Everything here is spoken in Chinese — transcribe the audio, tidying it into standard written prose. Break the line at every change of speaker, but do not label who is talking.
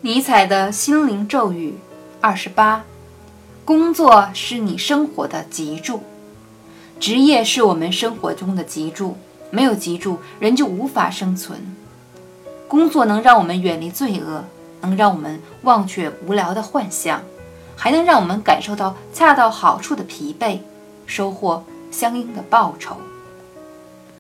尼采的心灵咒语28：工作是你生活的脊柱。职业是我们生活中的脊柱，没有脊柱，人就无法生存。工作能让我们远离罪恶，能让我们忘却无聊的幻象，还能让我们感受到恰到好处的疲惫，收获相应的报酬。